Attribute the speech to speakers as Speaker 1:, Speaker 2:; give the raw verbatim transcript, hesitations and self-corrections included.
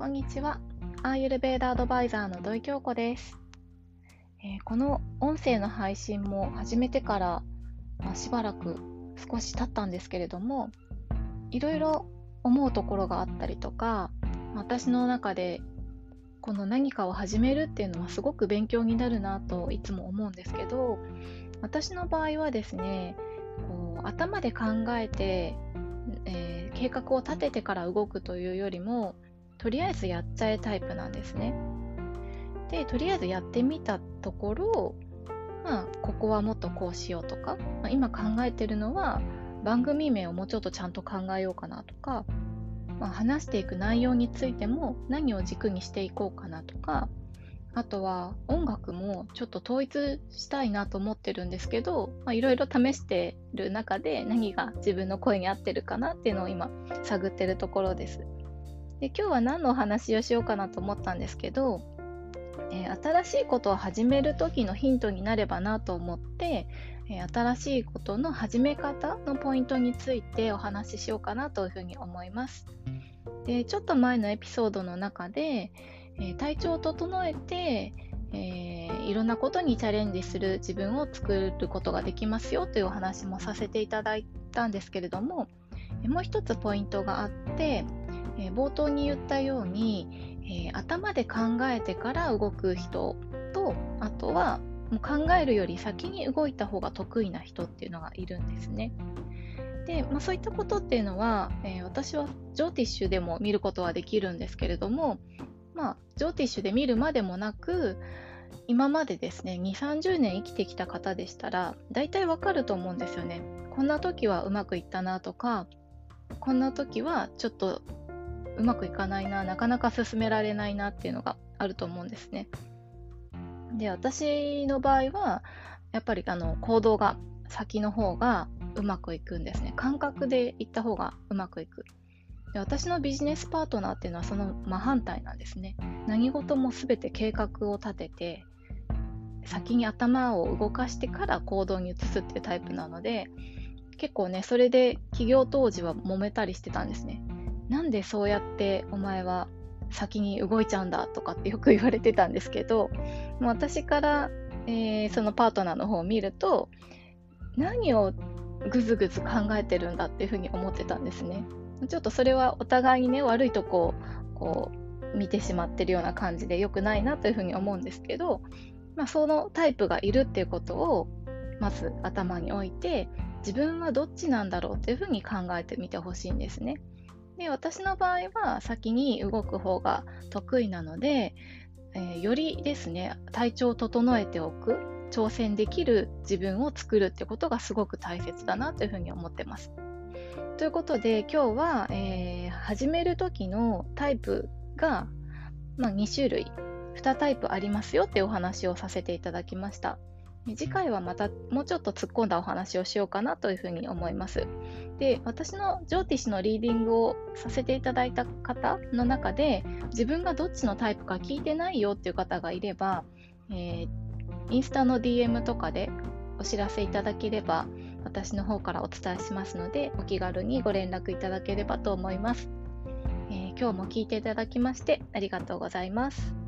Speaker 1: こんにちは。アーユルベーダアドバイザーの土井京子です。えーこの音声の配信も始めてから、まあしばらく少し経ったんですけれども、いろいろ思うところがあったりとか、私の中でこの何かを始めるっていうのはすごく勉強になるなといつも思うんですけど、私の場合はですね、こう頭で考えて、えー計画を立ててから動くというよりも、とりあえずやっちゃえタイプなんですね。で、とりあえずやってみたところ、まあ、ここはもっとこうしようとか、まあ、今考えてるのは番組名をもうちょっとちゃんと考えようかなとか、まあ、話していく内容についても何を軸にしていこうかなとか、あとは音楽もちょっと統一したいなと思ってるんですけど、まあいろいろ試してる中で何が自分の声に合ってるかなっていうのを今探ってるところです。で、今日は何のお話をしようかなと思ったんですけど、えー新しいことを始める時のヒントになればなと思って、えー新しいことの始め方のポイントについてお話ししようかなというふうに思います。で、ちょっと前のエピソードの中で、えー体調を整えて、えーいろんなことにチャレンジする自分を作ることができますよというお話もさせていただいたんですけれども、えーもう一つポイントがあって、えー冒頭に言ったように、えー頭で考えてから動く人と、あとはもう考えるより先に動いた方が得意な人っていうのがいるんですね。で、まあ、そういったことっていうのは、えー私はジョーティッシュでも見ることはできるんですけれども、まあ、ジョーティッシュで見るまでもなく、今までですね、に、さんじゅうねん生きてきた方でしたら、大体わかると思うんですよね。こんな時はうまくいったなとか、こんな時はちょっとうまくいかないな、なかなか進められないなっていうのがあると思うんですね。で、私の場合は、やっぱりあの行動が先の方がうまくいくんですね。感覚で行った方がうまくいく。で、私のビジネスパートナーっていうのはその真反対なんですね。何事もすべて計画を立てて、先に頭を動かしてから行動に移すっていうタイプなので、結構ね、それで起業当時は揉めたりしてたんですね。なんでそうやってお前は先に動いちゃうんだとかってよく言われてたんですけど、もう私から、えーそのパートナーの方を見ると、何をぐずぐず考えてるんだっていうふうに思ってたんですね。ちょっとそれはお互いにね、悪いとこをこう見てしまってるような感じで良くないなというふうに思うんですけど、まあ、そのタイプがいるっていうことをまず頭に置いて、自分はどっちなんだろうっていうふうに考えてみてほしいんですね。で、私の場合は先に動く方が得意なので、えーよりですね、体調を整えておく、挑戦できる自分を作るってことがすごく大切だなというふうに思ってます。ということで、今日は、えー始める時のタイプが、まあ、に種類、にタイプありますよっていうお話をさせていただきました。次回はまたもうちょっと突っ込んだお話をしようかなというふうに思います。で、私のジョーティッシュのリーディングをさせていただいた方の中で、自分がどっちのタイプか聞いてないよっていう方がいれば、えーインスタの ディーエム とかでお知らせいただければ、私の方からお伝えしますので、お気軽にご連絡いただければと思います。えー今日も聞いていただきましてありがとうございます。